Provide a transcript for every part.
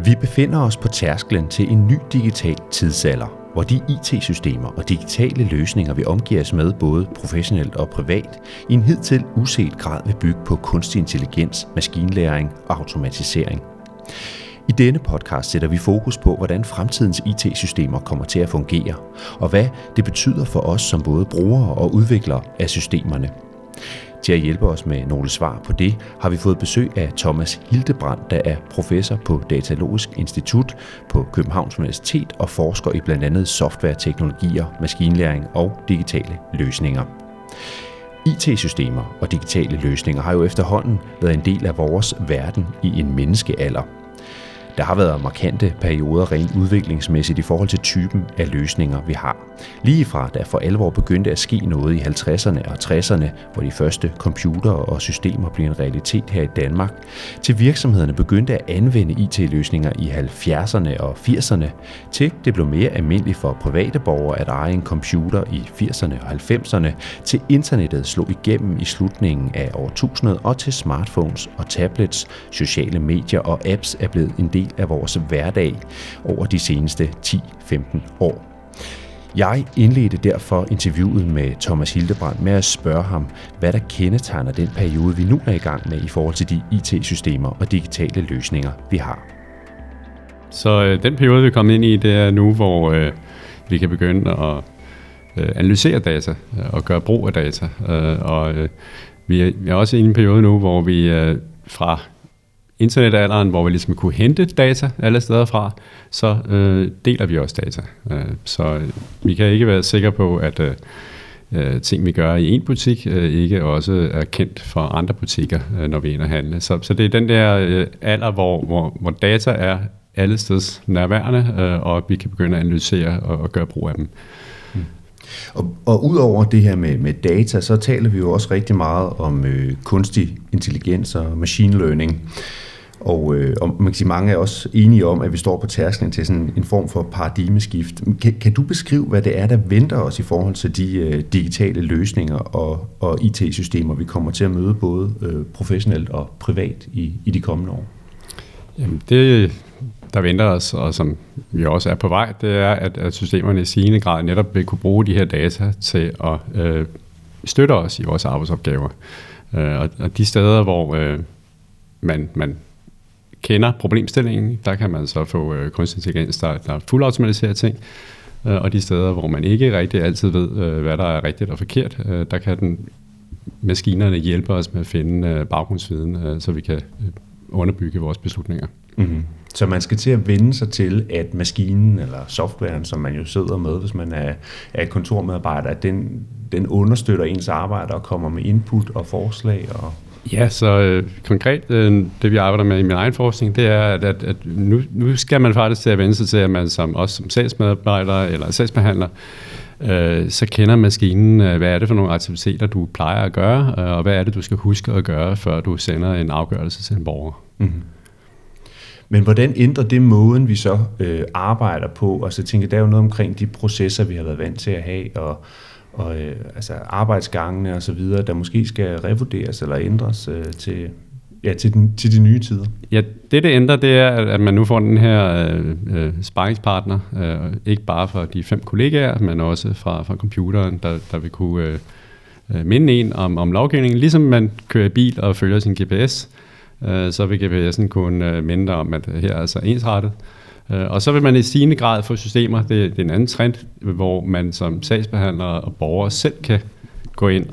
Vi befinder os på tærsklen til en ny digital tidsalder, hvor de IT-systemer og digitale løsninger, vi omgiver os med, både professionelt og privat, i en hidtil uset grad vil bygge på kunstig intelligens, maskinlæring og automatisering. I denne podcast sætter vi fokus på, hvordan fremtidens IT-systemer kommer til at fungere, og hvad det betyder for os som både brugere og udviklere af systemerne. Til at hjælpe os med nogle svar på det, har vi fået besøg af Thomas Hildebrandt, der er professor på Datalogisk Institut på Københavns Universitet og forsker i blandt andet softwareteknologier, maskinlæring og digitale løsninger. IT-systemer og digitale løsninger har jo efterhånden været en del af vores verden i en menneskealder. Der har været markante perioder rent udviklingsmæssigt i forhold til typen af løsninger, vi har. Lige fra der for alvor begyndte at ske noget i 50'erne og 60'erne, hvor de første computere og systemer blev en realitet her i Danmark, til virksomhederne begyndte at anvende IT-løsninger i 70'erne og 80'erne, til det blev mere almindeligt for private borgere at eje en computer i 80'erne og 90'erne, til internettet slog igennem i slutningen af årtusindet og til smartphones og tablets, sociale medier og apps er blevet en del af vores hverdag over de seneste 10-15 år. Jeg indledte derfor interviewet med Thomas Hildebrandt med at spørge ham, hvad der kendetegner den periode, vi nu er i gang med i forhold til de IT-systemer og digitale løsninger, vi har. Så den periode, vi er kommet ind i, det er nu, hvor vi kan begynde at analysere data og gøre brug af data. Vi er også i en periode nu, hvor vi fra internetalderen, hvor vi ligesom kunne hente data alle steder fra, så deler vi også data. Så vi kan ikke være sikre på, at ting, vi gør i en butik, ikke også er kendt for andre butikker, når vi er inde og handle. Så det er den der alder, hvor data er alle steds nærværende, og vi kan begynde at analysere og gøre brug af dem. Og udover det her med data, så taler vi jo også rigtig meget om kunstig intelligens og machine learning. Og man kan sige, mange er også enige om, at vi står på tærsklen til sådan en form for paradigmeskift. Kan du beskrive, hvad det er, der venter os i forhold til de digitale løsninger og IT-systemer, vi kommer til at møde både professionelt og privat i de kommende år? Jamen det, der venter os, og som vi også er på vej, det er, at systemerne i sigende grad netop vil kunne bruge de her data til at støtte os i vores arbejdsopgaver. Og de steder, hvor man kender problemstillingen, der kan man så få kunstig intelligens, der fuldautomatiserer ting. Og de steder, hvor man ikke rigtig altid ved, hvad der er rigtigt og forkert, der kan maskinerne hjælpe os med at finde baggrundsviden, så vi kan underbygge vores beslutninger. Mm-hmm. Så man skal til at vende sig til, at maskinen eller softwaren, som man jo sidder med, hvis man er kontormedarbejder, at den understøtter ens arbejde og kommer med input og forslag og... Ja, så konkret, det vi arbejder med i min egen forskning, det er, at nu skal man faktisk til at vende sig til, at man som salgsmedarbejder eller sagsbehandler, så kender maskinen, hvad er det for nogle aktiviteter, du plejer at gøre, og hvad er det, du skal huske at gøre, før du sender en afgørelse til en borger. Mm-hmm. Men hvordan ændrer det måden, vi så arbejder på? Og så tænker jeg, der er jo noget omkring de processer, vi har været vant til at have, og altså arbejdsgangene og så videre, der måske skal revurderes eller ændres til de nye tider. Ja, det ændrer, det er, at man nu får den her sparringspartner, ikke bare fra de 5 kollegaer, men også fra computeren, der vil kunne minde en om lovgivningen. Ligesom man kører i bil og følger sin GPS, så vil GPS'en kunne minde om, at her er altså ensrettet. Og så vil man i stigende grad få systemer, det er en anden trend, hvor man som sagsbehandler og borger selv kan gå ind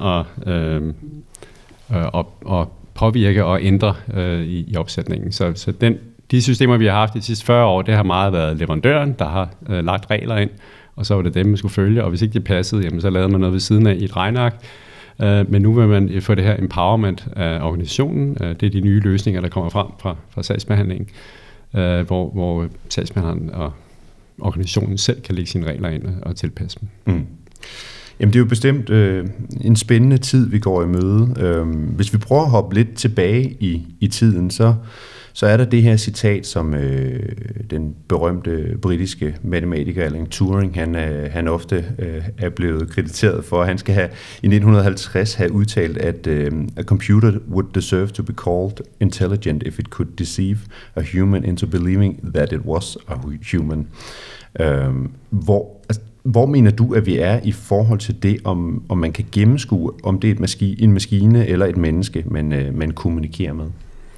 og påvirke og ændre i opsætningen. Så de systemer, vi har haft de sidste 40 år, det har meget været leverandøren, der har lagt regler ind, og så var det dem, man skulle følge, og hvis ikke det passede, jamen, så lavede man noget ved siden af i et regneark. Men nu vil man få det her empowerment af organisationen. Det er de nye løsninger, der kommer frem fra sagsbehandlingen, hvor sagsbehandleren og organisationen selv kan lægge sine regler ind og tilpasse dem. Mm. Jamen det er jo bestemt en spændende tid, vi går i møde. Hvis vi prøver at hoppe lidt tilbage i tiden, så så er der det her citat, som den berømte britiske matematiker Alan Turing, han ofte er blevet krediteret for. Han skal i 1950 have udtalt, at a computer would deserve to be called intelligent if it could deceive a human into believing that it was a human. Hvor mener du, at vi er i forhold til det, om man kan gennemskue, om det er en maskine eller et menneske, man kommunikerer med?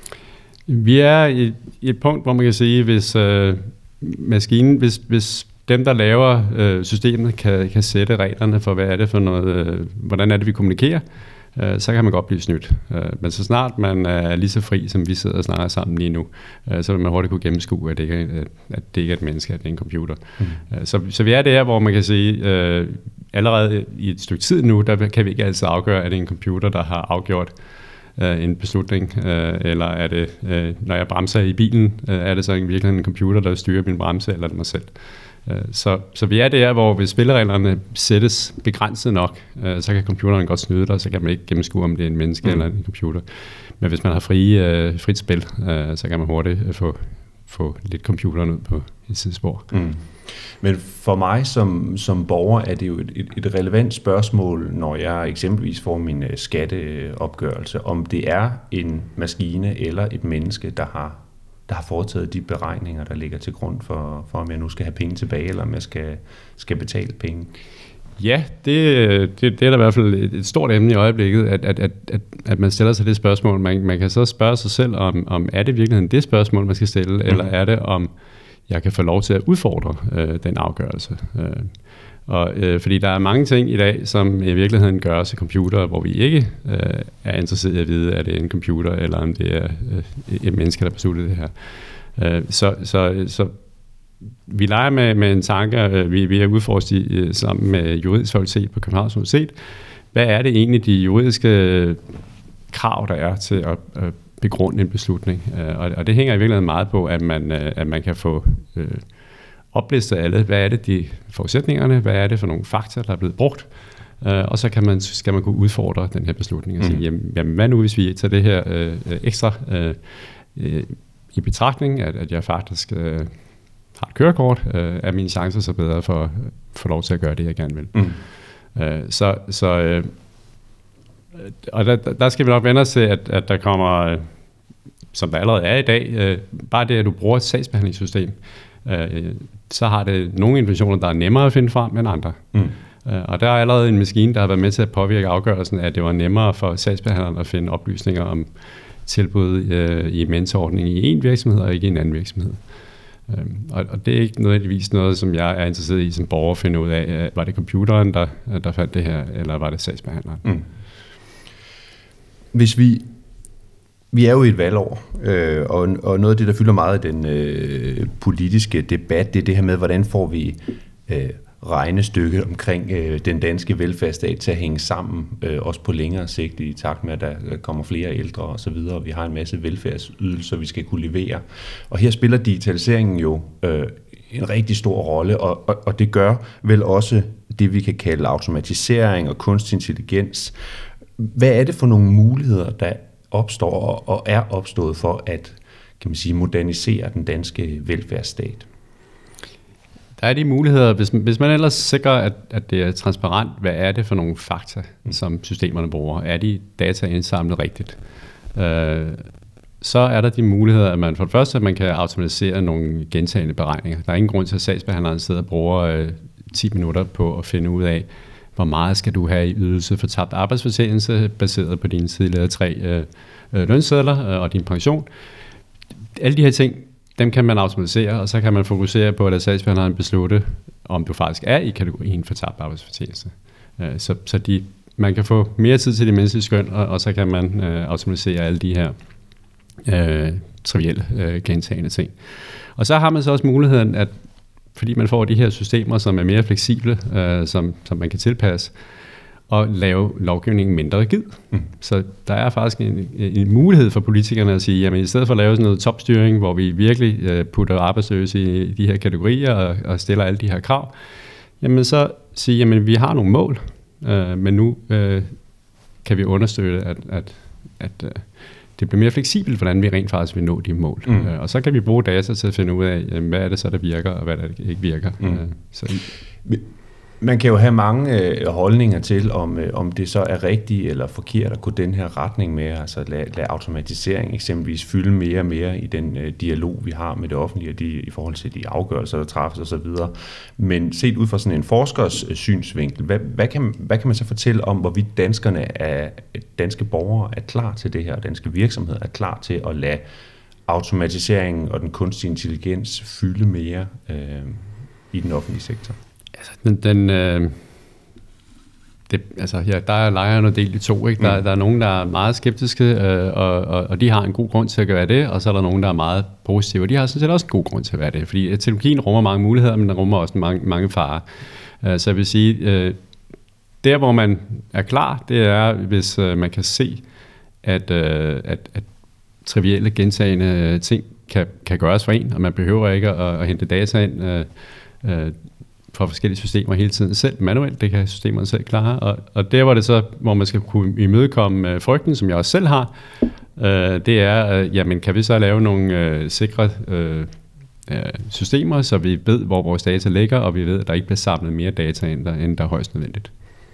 Vi er i et punkt, hvor man kan sige, hvis maskinen, hvis dem, der laver systemet, kan sætte reglerne for, hvad er det for noget, hvordan er det, vi kommunikerer, så kan man godt blive snydt. Men så snart man er lige så fri, som vi sidder og snakker sammen lige nu, så vil man hurtigt kunne gennemskue, at det ikke er et menneske, at det er en computer. Så vi er der, hvor man kan sige, allerede i et stykke tid nu, der kan vi ikke altid afgøre, at det er en computer, der har afgjort en beslutning, eller er det, når jeg bremser i bilen, er det så virkelig en computer, der styrer min bremse, eller er det mig selv? Så vi er der, hvor hvis spillereglerne sættes begrænset nok, så kan computeren godt snyde dig, så kan man ikke gennemskue, om det er en menneske eller en computer. Men hvis man har frit spil, så kan man hurtigt få lidt computeren ud på et sidespor. Men for mig som borger er det jo et relevant spørgsmål, når jeg eksempelvis får min skatteopgørelse, om det er en maskine eller et menneske, der har foretaget de beregninger, der ligger til grund for om jeg nu skal have penge tilbage, eller om jeg skal betale penge. Ja, det er der i hvert fald et stort emne i øjeblikket, at man stiller sig det spørgsmål. Man kan så spørge sig selv, om er det virkelig det spørgsmål, man skal stille, eller er det, om jeg kan få lov til at udfordre den afgørelse. Fordi der er mange ting i dag, som i virkeligheden gør til computer, hvor vi ikke er interesseret i at vide, at det er en computer, eller om det er et menneske, der beslutter det her. Så vi leger med en tanke, vi er udforsket sammen med juridisk fakultet på Københavns Universitet. Hvad er det egentlig de juridiske krav, der er til at begrunde en beslutning? Og det hænger i virkeligheden meget på, at man kan få oplistet alle, hvad er det de forudsætningerne, hvad er det for nogle fakta, der er blevet brugt, og så skal man kunne udfordre den her beslutning og sige, jamen hvad nu hvis vi tager det her ekstra i betragtning, at jeg faktisk har et kørekort, er mine chancer så bedre for at få lov til at gøre det, jeg gerne vil. Og der skal vi nok vende os til, at der kommer, som der allerede er i dag, bare det, at du bruger et sagsbehandlingssystem, så har det nogle informationer, der er nemmere at finde frem end andre. Og der er allerede en maskine, der har været med til at påvirke afgørelsen, at det var nemmere for sagsbehandleren at finde oplysninger om tilbud i mentorordningen i en virksomhed og ikke i en anden virksomhed. Og det er ikke nødvendigvis noget, som jeg er interesseret i som borger at finde ud af, var det computeren, der fandt det her, eller var det sagsbehandleren? Hvis vi er jo i et valgår, og noget af det, der fylder meget i den politiske debat, det er det her med, hvordan får vi regnestykket omkring den danske velfærdsstat til at hænge sammen, også på længere sigt, i takt med, at der kommer flere ældre og så videre, og vi har en masse velfærdsydelser, vi skal kunne levere. Og her spiller digitaliseringen jo en rigtig stor rolle, og det gør vel også det, vi kan kalde automatisering og kunstig intelligens. Hvad er det for nogle muligheder, der opstår og er opstået for at, kan man sige, modernisere den danske velfærdsstat? Der er de muligheder, hvis man ellers sikrer, at det er transparent, hvad er det for nogle fakta, som systemerne bruger? Er de data indsamlet rigtigt? Så er der de muligheder, at man for det første, at man kan automatisere nogle gentagende beregninger. Der er ingen grund til, at sagsbehandleren sidder og bruger 10 minutter på at finde ud af, hvor meget skal du have i ydelse for tabt arbejdsfortjeneste, baseret på dine tidligere 3 lønsedler og din pension. Alle de her ting, dem kan man automatisere, og så kan man fokusere på, at sagsbehandleren beslutte, om du faktisk er i kategorien for tabt arbejdsfortjeneste. Så man kan få mere tid til de menneskelige skøn, og så kan man automatisere alle de her trivielle gentagende ting. Og så har man så også muligheden, at fordi man får de her systemer, som er mere fleksible, som man kan tilpasse, og lave lovgivningen mindre rigid. Så der er faktisk en mulighed for politikerne at sige, jamen i stedet for at lave sådan noget topstyring, hvor vi virkelig putter arbejdsløse i de her kategorier og stiller alle de her krav, jamen så sige, jamen vi har nogle mål, men nu kan vi understøtte, at det bliver mere fleksibelt, hvordan vi rent faktisk vil nå de mål. Og så kan vi bruge data til at finde ud af, hvad er det så, der virker, og hvad er det, der ikke virker. Man kan jo have mange holdninger til, om det så er rigtigt eller forkert at gå den her retning med, altså lade automatisering eksempelvis fylde mere og mere i den dialog, vi har med det offentlige, i forhold til de afgørelser, der træffes osv. Men set ud fra sådan en forskers synsvinkel, hvad kan man så fortælle om, hvorvidt danske borgere er klar til det her, og danske virksomheder er klar til at lade automatiseringen og den kunstige intelligens fylde mere i den offentlige sektor? Altså, der er lejrene delt i to. Ikke? Der er nogen, der er meget skeptiske, og de har en god grund til at gøre det, og så er der nogen, der er meget positive, og de har sådan set også en god grund til at være det, fordi teknologien rummer mange muligheder, men den rummer også mange farer. Så jeg vil sige, der hvor man er klar, det er, hvis man kan se, at trivielle gentagende ting kan gøres for en, og man behøver ikke at hente data ind fra forskellige systemer hele tiden selv manuelt. Det kan systemerne selv klare. Og der, hvor man skal kunne imødekomme frygten, som jeg også selv har, det er, jamen kan vi så lave nogle sikre systemer, så vi ved, hvor vores data ligger, og vi ved, at der ikke bliver samlet mere data, end der er højst nødvendigt.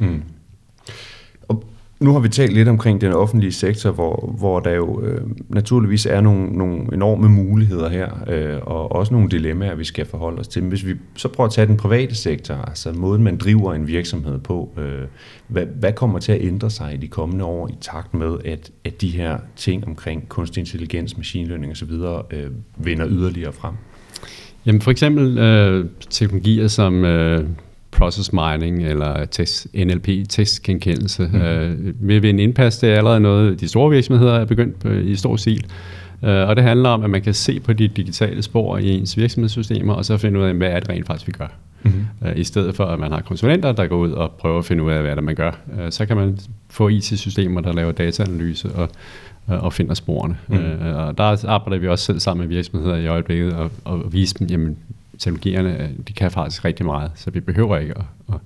Og nu har vi talt lidt omkring den offentlige sektor, hvor der jo naturligvis er nogle enorme muligheder her, og også nogle dilemmaer, vi skal forholde os til. Men hvis vi så prøver at tage den private sektor, altså måden man driver en virksomhed på, hvad kommer til at ændre sig i de kommende år i takt med, at de her ting omkring kunstig intelligens, machine learning osv. vinder yderligere frem? Jamen for eksempel teknologier som process mining eller NLP, tekstgenkendelse. Ved en indpas, det er allerede noget, de store virksomheder er begyndt i stor stil. Og det handler om, at man kan se på de digitale spor i ens virksomhedssystemer, og så finde ud af, hvad er det rent faktisk, vi gør. I stedet for, at man har konsulenter, der går ud og prøver at finde ud af, hvad det man gør. Så kan man få IT-systemer, der laver dataanalyse og finder sporene. Og der arbejder vi også selv sammen med virksomheder i øjeblikket og vise dem, jamen, teknologierne, de kan faktisk rigtig meget, så vi behøver ikke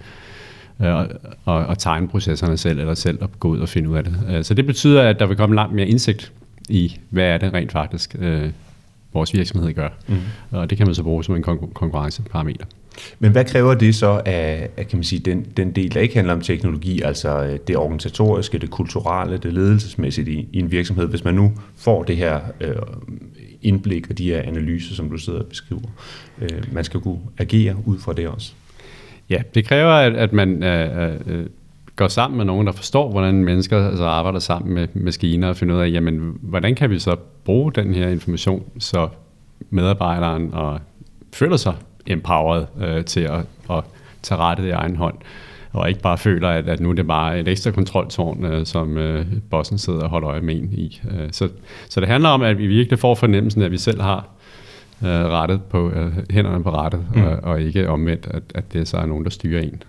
at tegne processerne selv, eller selv at gå ud og finde ud af det. Så det betyder, at der vil komme langt mere indsigt i, hvad er det rent faktisk, vores virksomhed gør. Og det kan man så bruge som en konkurrenceparameter. Men hvad kræver det så af kan man sige, den del, der ikke handler om teknologi, altså det organisatoriske, det kulturelle, det ledelsesmæssige i en virksomhed, hvis man nu får det her indblik og de her analyser, som du sidder og beskriver. Man skal kunne agere ud fra det også. Ja, det kræver, at man går sammen med nogen, der forstår, hvordan mennesker altså arbejder sammen med maskiner og finder ud af, jamen, hvordan kan vi så bruge den her information, så medarbejderen føler sig empowered til at tage rettet i egen hånd, og ikke bare føler, at nu er det bare et ekstra kontroltårn, som bossen sidder og holder øje med en i. Så det handler om, at vi virkelig får fornemmelsen af, at vi selv har rettet på hænderne på rettet, og ikke omvendt, at det så er nogen, der styrer en.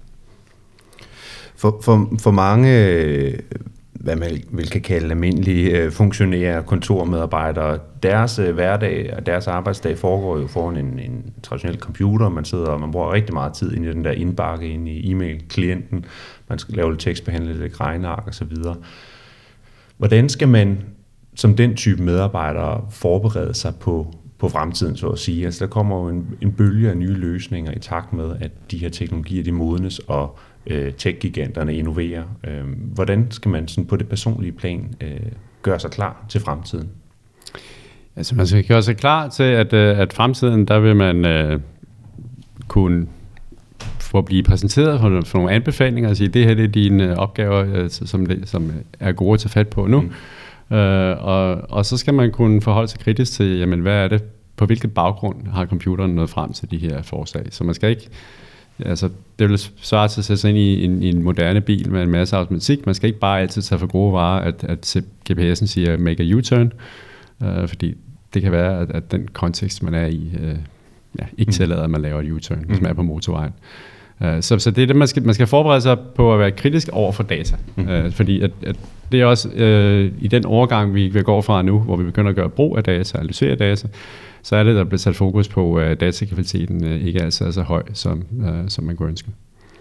For mange, hvad man kan kalde almindelige funktionære, kontormedarbejdere, deres hverdag og deres arbejdsdag foregår jo foran en traditionel computer. Man sidder og man bruger rigtig meget tid ind i den der indbakke, ind i e-mail-klienten. Man skal lave lidt tekstbehandle, lidt regneark og så videre. Hvordan skal man som den type medarbejdere forberede sig på fremtiden, så at sige? Altså, der kommer jo en bølge af nye løsninger i takt med, at de her teknologier, de modnes, og tech-giganterne innoverer. Hvordan skal man sådan på det personlige plan gøre sig klar til fremtiden? Altså, man skal gøre sig klar til, at fremtiden, der vil man kunne få blive præsenteret for nogle anbefalinger og sige, det her det er dine opgaver, som er gode at tage fat på nu. Og så skal man kunne forholde sig kritisk til, jamen, hvad er det, på hvilket baggrund har computeren nået frem til de her forslag. Så man skal ikke, altså det vil svare til at sætte sig ind i en moderne bil med en masse automatik. Man skal ikke bare altid tage for gode varer, at GPS'en siger make a U-turn, fordi det kan være, at den kontekst, man er i, ikke tillader, at man laver et U-turn, hvis man er på motorvejen. Så det er det, man skal forberede sig på at være kritisk over for data. Fordi at det er også i den overgang, vi går fra nu, hvor vi begynder at gøre brug af data, analysere data, så er det, der bliver sat fokus på, at datakvaliteten ikke altid er så høj, som man kunne ønske.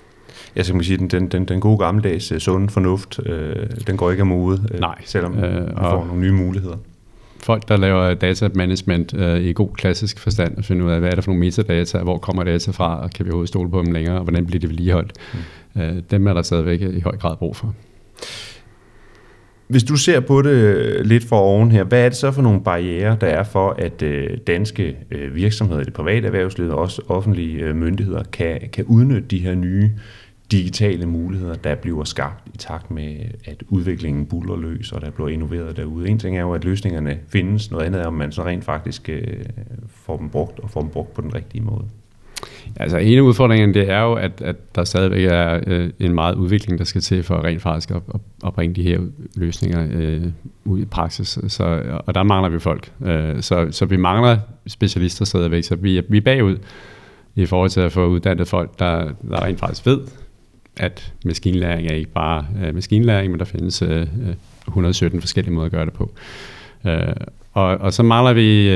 Jeg skal sige, den gode gammeldags sunde fornuft, den går ikke af mode, selvom vi får nogle nye muligheder. Folk, der laver data management i god klassisk forstand, og finder ud af, hvad er der for nogle metadata, hvor kommer data fra, og kan vi overhovedet stole på dem længere, og hvordan bliver det vedligeholdt. Dem er der stadigvæk i høj grad brug for. Hvis du ser på det lidt for oven her, hvad er det så for nogle barrierer, der er for, at danske virksomheder i det private erhvervsliv og også offentlige myndigheder kan udnytte de her nye digitale muligheder, der bliver skabt i takt med, at udviklingen buldrer løs, og der bliver innoveret derude. En ting er jo, at løsningerne findes, noget andet er, om man så rent faktisk får dem brugt, og får dem brugt på den rigtige måde. Altså en af udfordringerne, det er jo, at der stadigvæk er en meget udvikling, der skal til for rent faktisk at bringe de her løsninger ud i praksis. Og der mangler vi folk. Så vi mangler specialister stadigvæk, så vi er bagud i forhold til at få uddannet folk, der rent faktisk ved, at maskinlæring er ikke bare maskinlæring, men der findes 117 forskellige måder at gøre det på. Og så mangler vi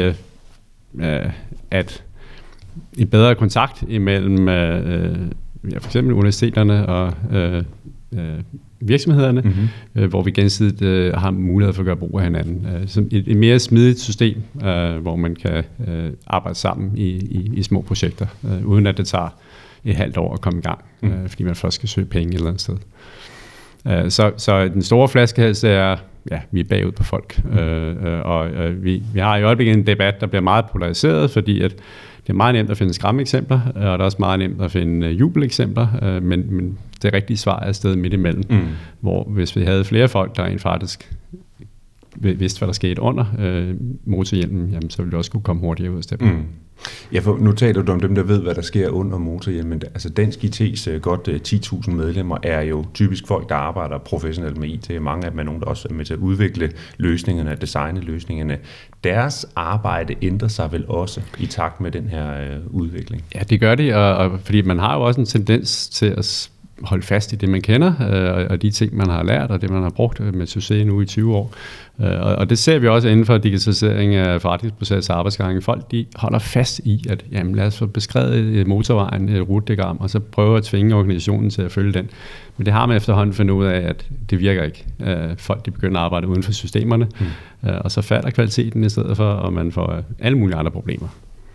at en bedre kontakt imellem for eksempel universiteterne og virksomhederne, hvor vi gensidigt har mulighed for at gøre brug af hinanden. Et mere smidigt system, hvor man kan arbejde sammen i små projekter, uden at det tager et halvt år at komme i gang, fordi man først skal søge penge et eller andet sted. Så den store flaskehals er, vi er bagud på folk. Og vi har i øjeblikket en debat, der bliver meget polariseret, fordi at det er meget nemt at finde skræmmeksempler, og det er også meget nemt at finde jubeleksempler, men det rigtige svar er et sted midt imellem, hvor hvis vi havde flere folk, der rent faktisk vidste, hvad der skete under motorhjelmen, jamen, så ville det også kunne komme hurtigere ud af steppen. Ja, for nu taler du om dem, der ved, hvad der sker under motorhjelmen. Altså Dansk IT's godt 10.000 medlemmer er jo typisk folk, der arbejder professionelt med IT. Mange af dem er nogen, der også er med til at udvikle løsningerne, at designe løsningerne. Deres arbejde ændrer sig vel også i takt med den her udvikling? Ja, det gør det, og fordi man har jo også en tendens til at holde fast i det, man kender, og de ting, man har lært, og det, man har brugt med succes nu i 20 år. Og det ser vi også inden for digitalisering af forretningsproces og arbejdsgange. Folk, de holder fast i, at jamen, lad os få beskrevet motorvejen, et rutediagram, og så prøve at tvinge organisationen til at følge den. Men det har man efterhånden fundet ud af, at det virker ikke. Folk, de begynder at arbejde uden for systemerne, og så falder kvaliteten i stedet for, og man får alle mulige andre problemer.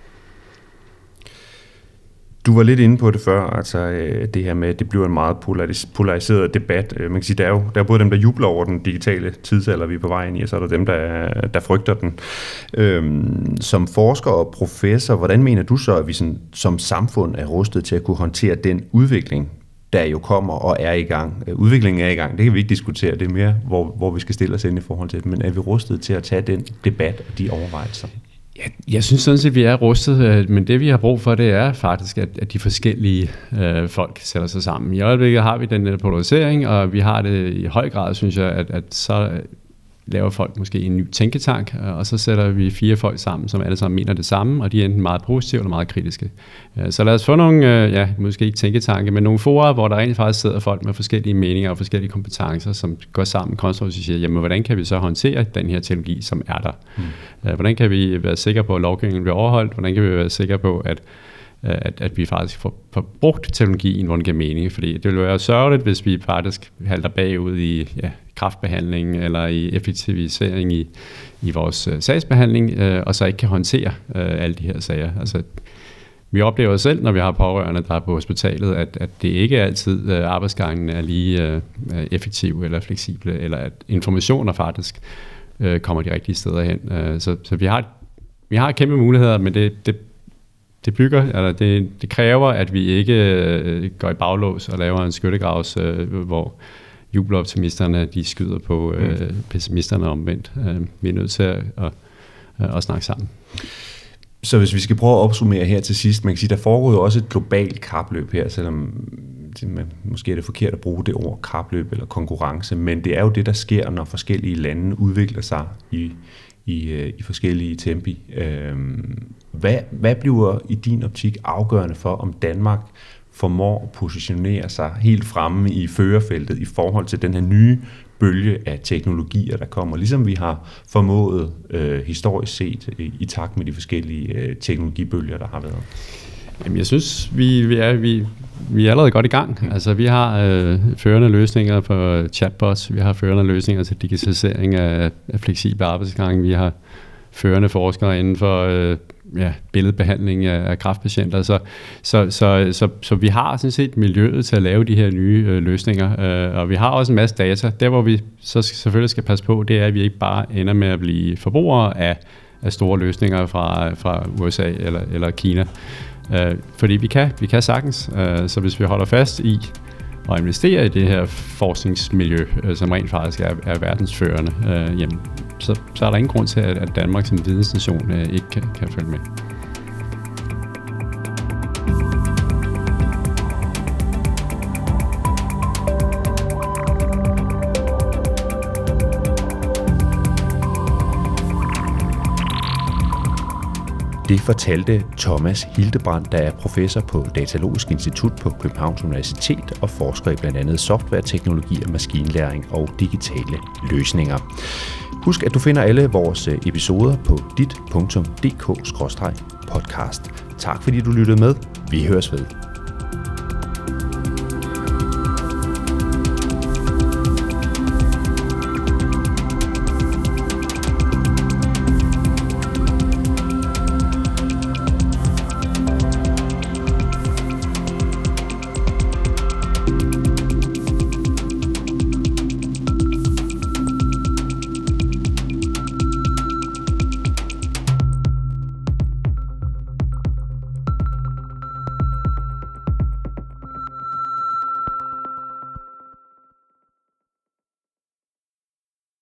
Du var lidt inde på det før, altså det her med, at det bliver en meget polariseret debat. Man kan sige, der er både dem, der jubler over den digitale tidsalder, vi er på vej ind i, og så er der dem, der frygter den. Som forsker og professor, hvordan mener du så, at vi som samfund er rustet til at kunne håndtere den udvikling, der jo kommer og er i gang? Udviklingen er i gang, det kan vi ikke diskutere, det er mere, hvor vi skal stille os ind i forhold til det, men er vi rustet til at tage den debat og de overvejelser? Jeg synes sådan set, at vi er rustet, men det vi har brug for, det er faktisk, at de forskellige folk sætter sig sammen. I øjeblikket har vi den polarisering, og vi har det i høj grad, synes jeg, at så laver folk måske en ny tænketank, og så sætter vi 4 folk sammen, som alle sammen mener det samme, og de er enten meget positive eller meget kritiske. Så lad os få nogle, måske ikke tænketanke, men nogle forer, hvor der rent faktisk sidder folk med forskellige meninger og forskellige kompetencer, som går sammen konstruktivt og siger, jamen hvordan kan vi så håndtere den her teknologi, som er der? Hvordan kan vi være sikre på, at lovgivningen bliver overholdt? Hvordan kan vi være sikre på, at vi faktisk får brugt teknologien, hvor den giver mening? Fordi det ville være sørgeligt, hvis vi faktisk halter bagud i kræftbehandling eller i effektivisering i vores sagsbehandling, og så ikke kan håndtere alle de her sager. Altså, vi oplever selv, når vi har pårørende, der er på hospitalet, at det ikke altid arbejdsgangen er lige effektiv eller fleksible, eller at informationer faktisk kommer de rigtige steder hen. Så vi har kæmpe muligheder, men det kræver, at vi ikke går i baglås og laver en skyttegravs, hvor jubeloptimisterne de skyder på pessimisterne omvendt. Vi er nødt til at snakke sammen. Så hvis vi skal prøve at opsummere her til sidst, man kan sige, der foregår jo også et globalt kapløb her, selvom måske er det forkert at bruge det ord kapløb eller konkurrence, men det er jo det, der sker, når forskellige lande udvikler sig i forskellige tempi. Hvad bliver i din optik afgørende for, om Danmark formår at positionere sig helt fremme i førerfeltet i forhold til den her nye bølge af teknologier, der kommer, ligesom vi har formået historisk set i takt med de forskellige teknologibølger, der har været? Jamen, jeg synes, vi vi er allerede godt i gang. Altså, vi har førende løsninger for chatbots, vi har førende løsninger til digitalisering af fleksible arbejdsgange, vi har førende forskere inden for billedbehandling af kræftpatienter. Så vi har sådan set miljøet til at lave de her nye løsninger, og vi har også en masse data. Der, hvor vi så selvfølgelig skal passe på, det er, at vi ikke bare ender med at blive forbrugere af store løsninger fra USA eller Kina. Fordi vi kan sagtens, så hvis vi holder fast i at investere i det her forskningsmiljø, som rent faktisk er verdensførende, så er der ingen grund til, at Danmark som vidensnation ikke kan følge med. Det fortalte Thomas Hildebrandt, der er professor på Datalogisk Institut på Københavns Universitet og forsker i blandt andet softwareteknologier, maskinlæring og digitale løsninger. Husk, at du finder alle vores episoder på dit.dk/podcast. Tak fordi du lyttede med. Vi høres ved.